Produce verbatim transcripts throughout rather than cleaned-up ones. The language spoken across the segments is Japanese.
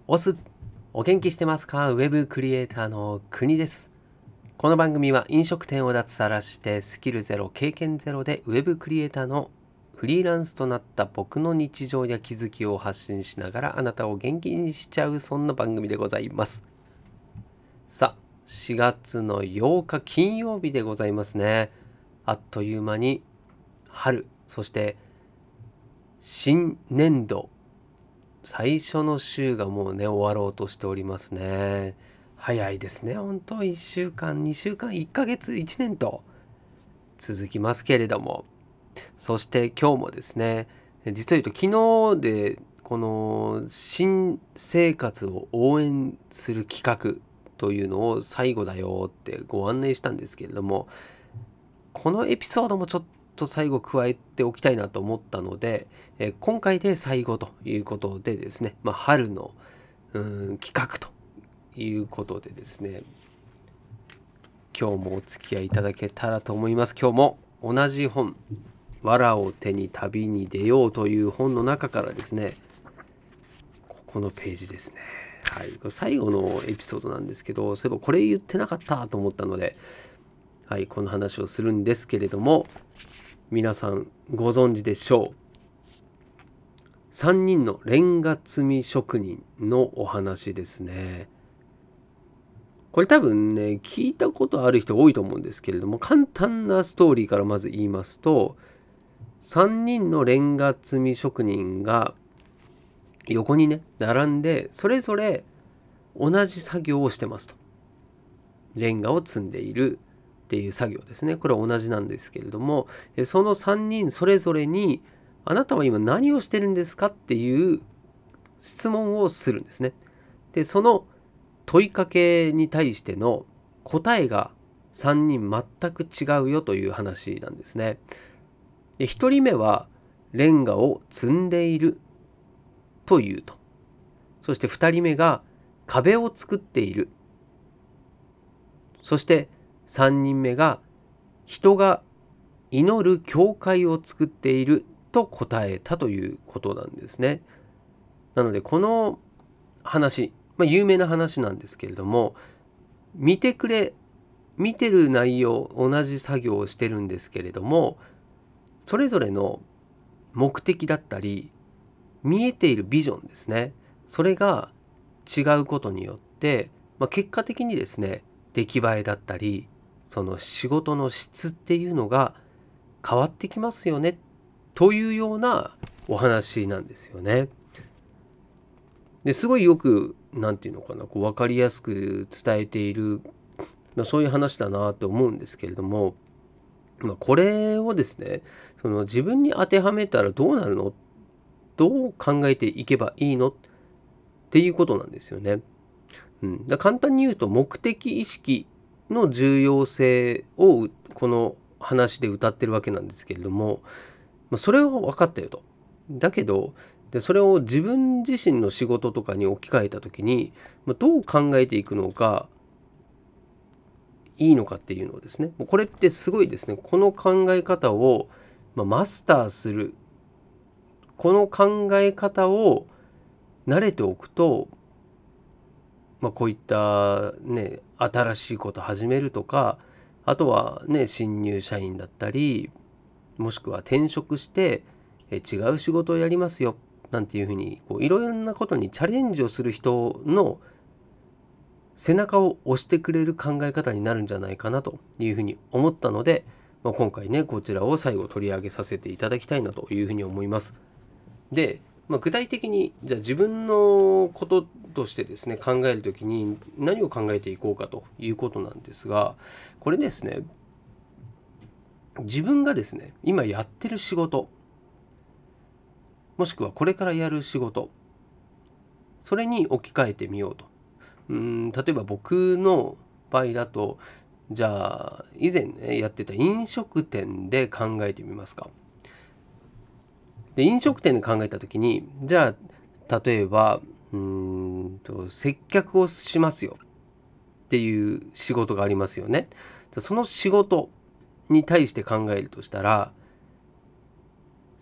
オス、お元気してますか？ウェブクリエイターの国です。この番組は飲食店を脱サラしてスキルゼロ、経験ゼロでウェブクリエイターのフリーランスとなった僕の日常や気づきを発信しながらあなたを元気にしちゃう、そんな番組でございます。さあ、しがつのようか金曜日でございますね。あっという間に春、そして新年度最初の週がもうね終わろうとしておりますね。早いですね。本当いっしゅうかん、にしゅうかん、いっかげつ、いちねんと続きますけれども、そして今日もですね、実を言うと昨日でこの新生活を応援する企画というのを最後だよってご案内したんですけれども、このエピソードもちょっと最後加えておきたいなと思ったので、えー今回で最後ということでですね、まあ、春のうーん企画ということでですね、今日もお付き合いいただけたらと思います。今日も同じ本、藁を手に旅に出ようという本の中からですね、ここのページですね。はい、これ最後のエピソードなんですけど、そういえばこれ言ってなかったと思ったので、はい、この話をするんですけれども、皆さんご存知でしょう。さんにんのレンガ積み職人のお話ですね。これ多分ね、聞いたことある人多いと思うんですけれども、簡単なストーリーからまず言いますと、さんにんのレンガ積み職人が横にね、並んで、それぞれ同じ作業をしてますと。レンガを積んでいるっていう作業ですね。これは同じなんですけれども、そのさんにんそれぞれに、あなたは今何をしてるんですかっていう質問をするんですね。で、その問いかけに対しての答えがさんにん全く違うよという話なんですね。で、ひとりめはレンガを積んでいるというと。そしてふたりめが壁を作っている。そしてさんにんめが人が祈る教会を作っていると答えたということなんですね。なのでこの話、まあ、有名な話なんですけれども、見てくれ、見てる内容同じ作業をしてるんですけれども、それぞれの目的だったり見えているビジョンですね、それが違うことによって、まあ、結果的にですね、出来栄えだったりその仕事の質っていうのが変わってきますよねというようなお話なんですよね。ですごいよくなんていうのかな、こう分かりやすく伝えている、まあ、そういう話だなと思うんですけれども、まあ、これをですね、その自分に当てはめたらどうなるの、どう考えていけばいいのっていうことなんですよね。うん、だ簡単に言うと目的意識の重要性をこの話で歌ってるわけなんですけれども、まあ、それは分かったよと。だけどでそれを自分自身の仕事とかに置き換えた時に、まあ、どう考えていくのがいいのかっていうのをですね、これってすごいですね。この考え方を、まあ、マスターする、この考え方を慣れておくと、まあ、こういったね新しいこと始めるとか、あとはね新入社員だったり、もしくは転職してえ違う仕事をやりますよなんていうふうにこういろいろなことにチャレンジをする人の背中を押してくれる考え方になるんじゃないかなというふうに思ったので、まあ、今回ねこちらを最後取り上げさせていただきたいなというふうに思います。で、まあ、具体的にじゃあ自分のこととしてですね考えるときに何を考えていこうかということなんですが、これですね、自分がですね今やってる仕事、もしくはこれからやる仕事、それに置き換えてみようと。うーん例えば僕の場合だと、じゃあ以前ねやってた飲食店で考えてみますか。で飲食店で考えた時に、じゃあ例えばうーんと接客をしますよっていう仕事がありますよね。その仕事に対して考えるとしたら、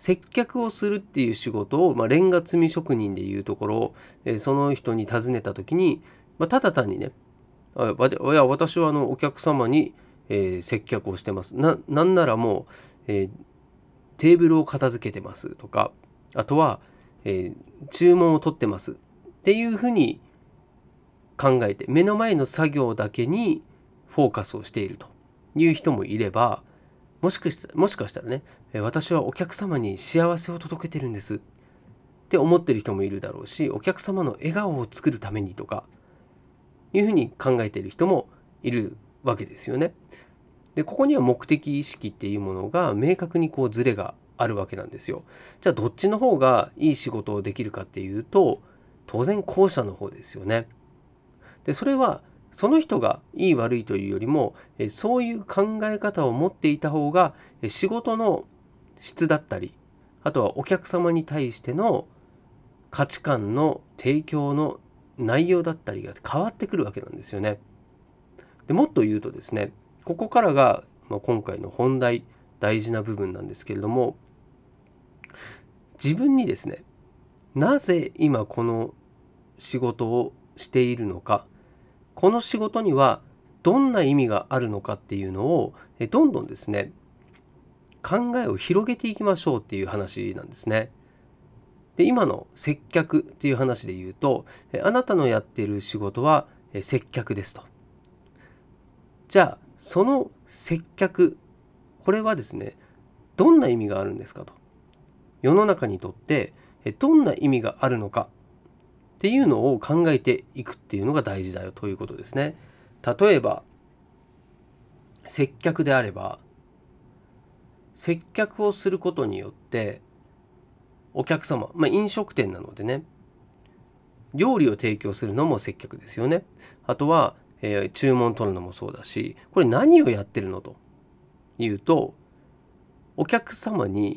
接客をするっていう仕事を、まあ、レンガ積み職人でいうところ、えーその人に尋ねた時に、まあ、ただ単にね、あわいや私はあのお客様に、えー接客をしてます。な、なんならもう、えーテーブルを片付けてますとか、あとは、えー注文を取ってますっていうふうに考えて、目の前の作業だけにフォーカスをしているという人もいれば、もしかしたら、もしかしたらね、えー私はお客様に幸せを届けてるんですって思ってる人もいるだろうし、お客様の笑顔を作るためにとかいうふうに考えている人もいるわけですよね。で、ここには目的意識っていうものが明確にこうズレがあるわけなんですよ。じゃあどっちの方がいい仕事をできるかっていうと、当然後者の方ですよね。で、それはその人がいい悪いというよりも、えそういう考え方を持っていた方が、え仕事の質だったり、あとはお客様に対しての価値観の提供の内容だったりが変わってくるわけなんですよね。でもっと言うとですね、ここからが、まあ、今回の本題、大事な部分なんですけれども、自分にですね、なぜ今この仕事をしているのか、この仕事にはどんな意味があるのかっていうのをえどんどんですね、考えを広げていきましょうっていう話なんですね。で、今の接客っていう話で言うと、えあなたのやっている仕事はえ接客ですと。じゃあその接客、これはですね、どんな意味があるんですかと。世の中にとってえどんな意味があるのかっていうのを考えていくっていうのが大事だよということですね。例えば接客であれば、接客をすることによってお客様、まあ、飲食店なのでね、料理を提供するのも接客ですよね。あとは、えー注文取るのもそうだし、これ何をやってるのというと、お客様に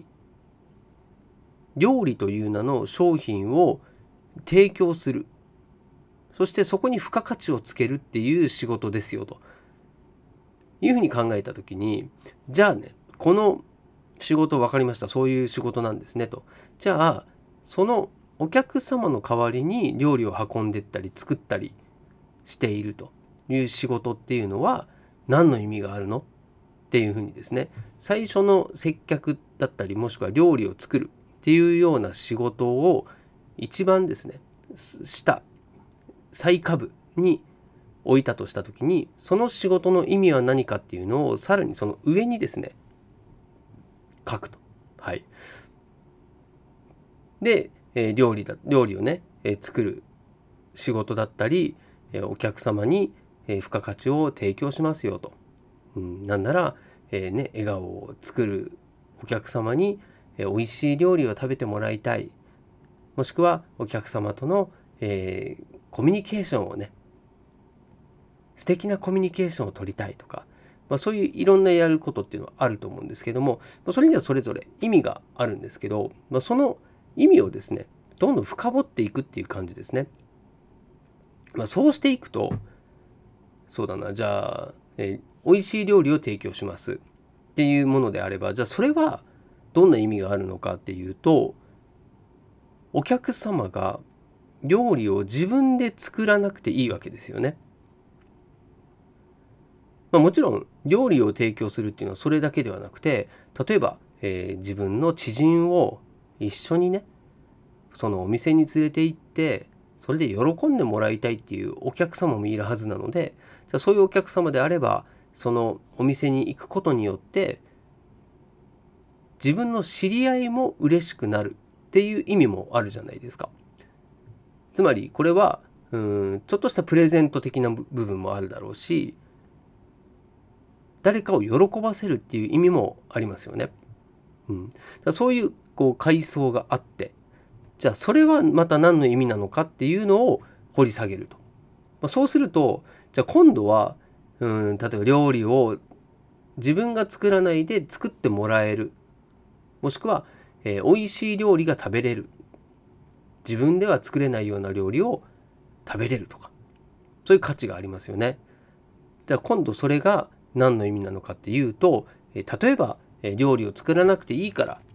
料理という名の商品を提供する。そしてそこに付加価値をつけるっていう仕事ですよというふうに考えたときに、じゃあね、この仕事分かりました。そういう仕事なんですねと。じゃあ、そのお客様の代わりに料理を運んでったり作ったりしているという仕事っていうのは何の意味があるのっていうふうにですね、最初の接客だったりもしくは料理を作るっていうような仕事を一番ですね、下、最下部に置いたとしたときに、その仕事の意味は何かっていうのをさらにその上にですね、書くと。はい。で、えー料理だ、料理をね、えー作る仕事だったり、えーお客様に、えー付加価値を提供しますよと。うん、なんなら、えーね、笑顔を作るお客様に、えー美味しい料理を食べてもらいたい。もしくはお客様との、えーコミュニケーションをね、素敵なコミュニケーションを取りたいとか、まあ、そういういろんなやることっていうのはあると思うんですけども、まあ、それにはそれぞれ意味があるんですけど、まあ、その意味をですね、どんどん深掘っていくっていう感じですね。まあ、そうしていくと、そうだな、じゃあ、えー美味しい料理を提供しますっていうものであれば、じゃあそれはどんな意味があるのかっていうと、お客様が料理を自分で作らなくていいわけですよね。まあ、もちろん料理を提供するっていうのはそれだけではなくて、例えば、えー自分の知人を一緒にね、そのお店に連れて行って、それで喜んでもらいたいっていうお客様もいるはずなので、じゃあそういうお客様であれば、そのお店に行くことによって自分の知り合いも嬉しくなるっていう意味もあるじゃないですか。つまりこれはうーんちょっとしたプレゼント的な部分もあるだろうし、誰かを喜ばせるっていう意味もありますよね。うん、だからそういうこう階層があって、じゃあそれはまた何の意味なのかっていうのを掘り下げると。まあ、そうすると、じゃあ今度はうん例えば料理を自分が作らないで作ってもらえる、もしくは、えー美味しい料理が食べれる、自分では作れないような料理を食べれるとか、そういう価値がありますよね。じゃあ今度それが何の意味なのかっていうと、えー例えば、えー料理を作らなくていいから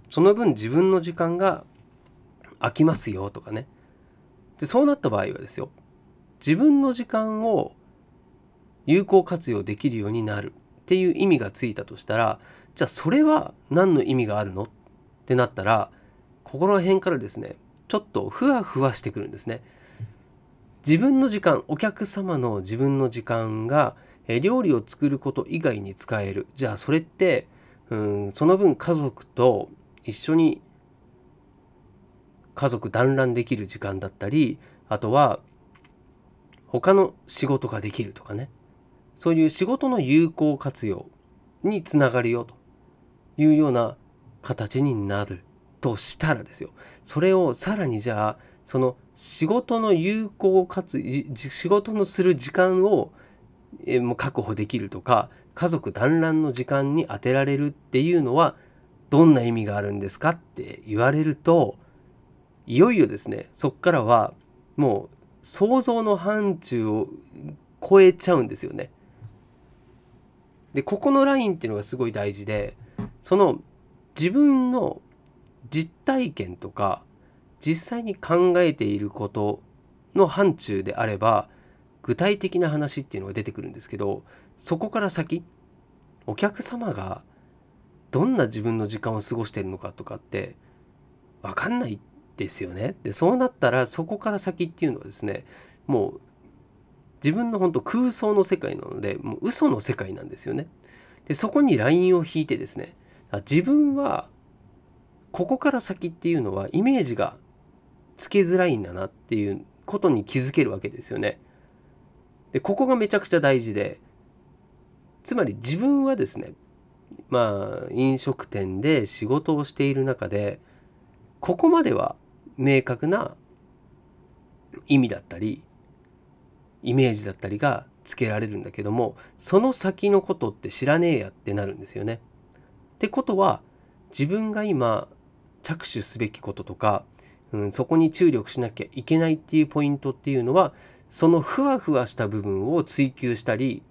その分自分の時間が空きますよとかね。でそうなった場合はですよ、自分の時間を有効活用できるようになるっていう意味がついたとしたら、じゃあそれは何の意味があるのってなったら、ここら辺からですね、ちょっとふわふわしてくるんですね。自分の時間、お客様の自分の時間がえ料理を作ること以外に使える。じゃあそれってうんその分家族と一緒に家族団らんできる時間だったり、あとは他の仕事ができるとかね、そういう仕事の有効活用につながるよというような形になるとしたらですよ、それをさらにじゃあその仕事の有効活仕事のする時間をえもう確保できるとか、家族団らんの時間に充てられるっていうのはどんな意味があるんですかって言われると、いよいよですね、そこからはもう想像の範疇を超えちゃうんですよね。でここのラインっていうのがすごい大事で、その自分の実体験とか実際に考えていることの範疇であれば具体的な話っていうのが出てくるんですけど、そこから先お客様がどんな自分の時間を過ごしているのかとかって分かんないですよね。でそうなったらそこから先っていうのはですね、もう自分の本当空想の世界なので、もう嘘の世界なんですよね。でそこにラインを引いてですね、自分はここから先っていうのはイメージがつけづらいんだなっていうことに気づけるわけですよね。でここがめちゃくちゃ大事で、つまり自分はですね、まあ飲食店で仕事をしている中でここまでは明確な意味だったりイメージだったりがつけられるんだけども、その先のことって知らねえやってなるんですよね。ってことは自分が今着手すべきこととか、うん、そこに注力しなきゃいけないっていうポイントっていうのは、そのふわふわした部分を追求したり、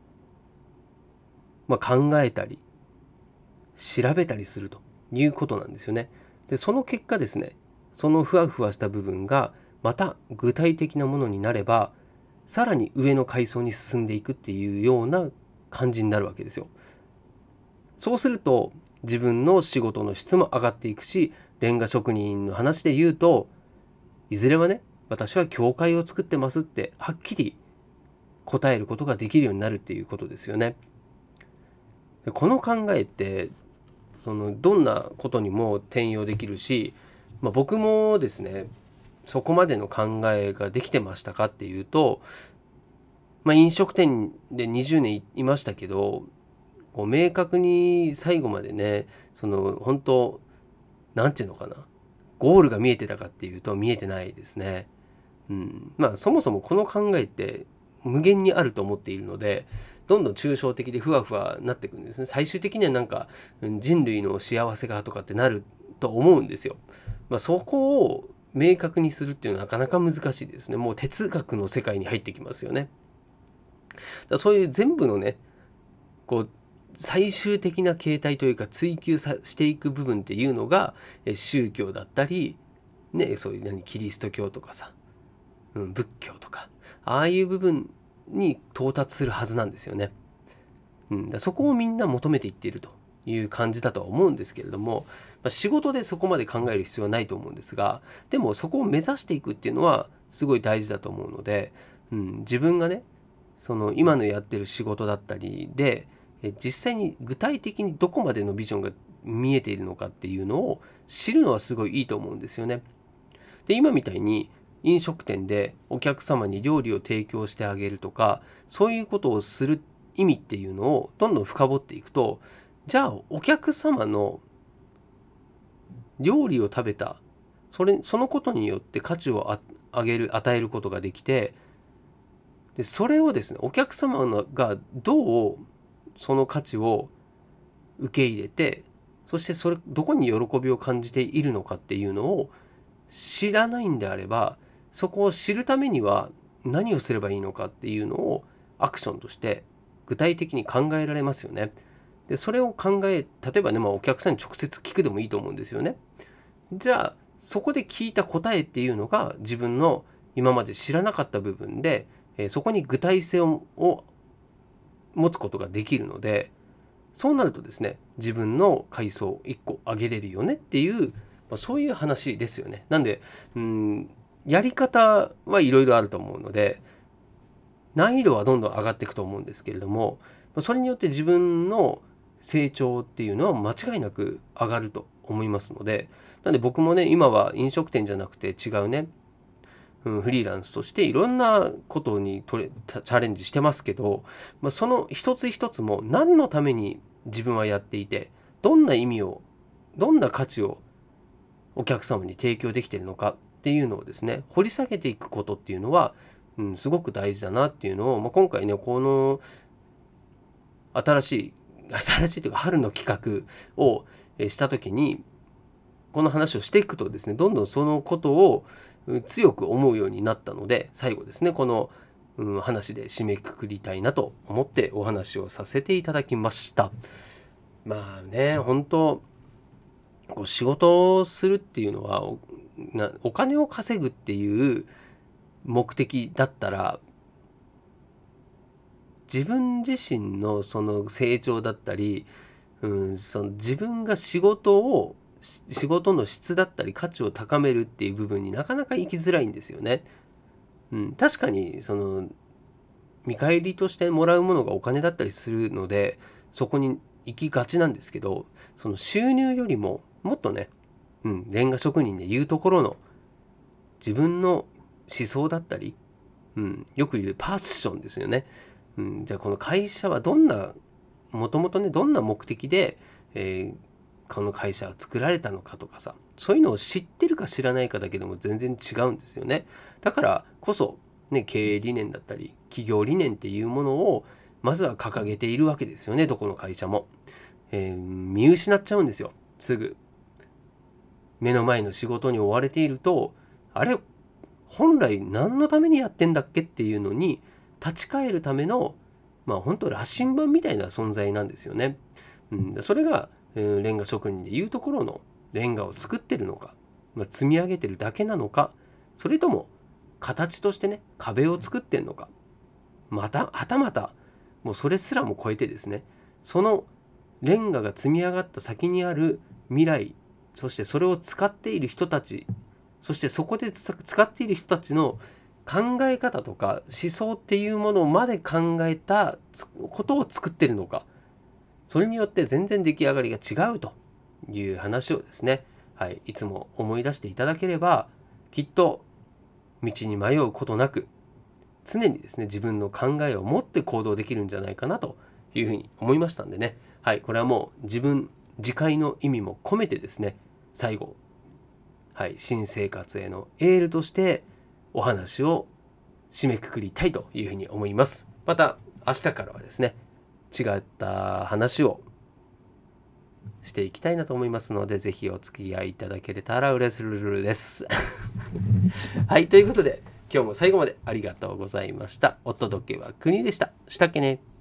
まあ、考えたり調べたりするということなんですよね。でその結果ですね、そのふわふわした部分がまた具体的なものになれば、さらに上の階層に進んでいくっていうような感じになるわけですよ。そうすると自分の仕事の質も上がっていくし、レンガ職人の話で言うと、いずれはね、私は教会を作ってますってはっきり答えることができるようになるっていうことですよね。でこの考えってそのどんなことにも転用できるし、まあ、僕もですねそこまでの考えができてましたかっていうと、まあ、飲食店でにじゅうねんいましたけど、こう明確に最後までね、その本当なんていうのかな、ゴールが見えてたかっていうと見えてないですね。うん、まあそもそもこの考えって無限にあると思っているので、どんどん抽象的でふわふわなっていくんですね。最終的にはなんか人類の幸せがとかってなると思うんですよ。まあ、そこを明確にするっていうのはなかなか難しいですね。もう哲学の世界に入ってきますよね。だそういう全部のね、こう最終的な形態というか追求さしていく部分っていうのが宗教だったり、ね、そういう何キリスト教とかさ、うん、仏教とかああいう部分に到達するはずなんですよね。うん、だそこをみんな求めていっているという感じだとは思うんですけれども、まあ、仕事でそこまで考える必要はないと思うんですが、でもそこを目指していくっていうのはすごい大事だと思うので、うん、自分がねその今のやってる仕事だったりで実際に具体的にどこまでのビジョンが見えているのかっていうのを知るのはすごいいいと思うんですよね。で今みたいに飲食店でお客様に料理を提供してあげるとか、そういうことをする意味っていうのをどんどん深掘っていくと、じゃあお客様の料理を食べたそれそのことによって価値をあげる与えることができて、でそれをですねお客様がどうその価値を受け入れて、そしてそれどこに喜びを感じているのかっていうのを知らないんであれば、そこを知るためには何をすればいいのかっていうのをアクションとして具体的に考えられますよね。 でそれを考え、例えばね、まあ、お客さんに直接聞くでもいいと思うんですよね。じゃあそこで聞いた答えっていうのが自分の今まで知らなかった部分で、えーそこに具体性をを持つことができるので、そうなるとですね、自分の階層をいっこ上げれるよねっていう、まあ、そういう話ですよね。なんで、うん、やり方はいろいろあると思うので、難易度はどんどん上がっていくと思うんですけれども、それによって自分の成長っていうのは間違いなく上がると思いますので、なんで僕もね、今は飲食店じゃなくて違うね、うん、フリーランスとしていろんなことにトレチャレンジしてますけど、まあ、その一つ一つも何のために自分はやっていて、どんな意味を、どんな価値をお客様に提供できているのかっていうのをですね、掘り下げていくことっていうのは、うん、すごく大事だなっていうのを、まあ、今回ね、この新しい、新しいというか春の企画をした時に、この話をしていくとですね、どんどんそのことを強く思うようになったので、最後ですね、この、うん、話で締めくくりたいなと思ってお話をさせていただきました。まあね、本当こう仕事をするっていうのはおなお金を稼ぐっていう目的だったら、自分自身のその成長だったり、うん、その自分が仕事を仕事の質だったり価値を高めるっていう部分になかなか行きづらいんですよね。うん、確かにその見返りとしてもらうものがお金だったりするので、そこに行きがちなんですけど、その収入よりももっとね、うん、レンガ職人でいうところの自分の思想だったり、うん、よく言うパッションですよね。うん、じゃあこの会社はどんな、もともとね、どんな目的で、えーこの会社は作られたのかとかさ、そういうのを知ってるか知らないかだけでも全然違うんですよね。だからこそ、ね、経営理念だったり企業理念っていうものをまずは掲げているわけですよね、どこの会社も。えー見失っちゃうんですよ、すぐ。目の前の仕事に追われていると、あれ本来何のためにやってんだっけっていうのに立ち返るための、まあ本当羅針盤みたいな存在なんですよね。うん、それが、えーレンガ職人でいうところのレンガを作ってるのか、まあ、積み上げてるだけなのか、それとも形としてね壁を作ってんのか、またはたまたもうそれすらも超えてですね、そのレンガが積み上がった先にある未来、そしてそれを使っている人たち、そしてそこで使っている人たちの考え方とか思想っていうものまで考えたことを作ってるのか、それによって全然出来上がりが違うという話をですね、はい、いつも思い出していただければ、きっと道に迷うことなく常にですね自分の考えを持って行動できるんじゃないかなというふうに思いましたんでね、はい、これはもう自分自戒の意味も込めてですね、最後、はい、新生活へのエールとしてお話を締めくくりたいというふうに思います。また明日からはですね、違った話をしていきたいなと思いますので、ぜひお付き合いいただけれたら嬉しいですはい、ということで今日も最後までありがとうございました。お届けは国でした。したっけね。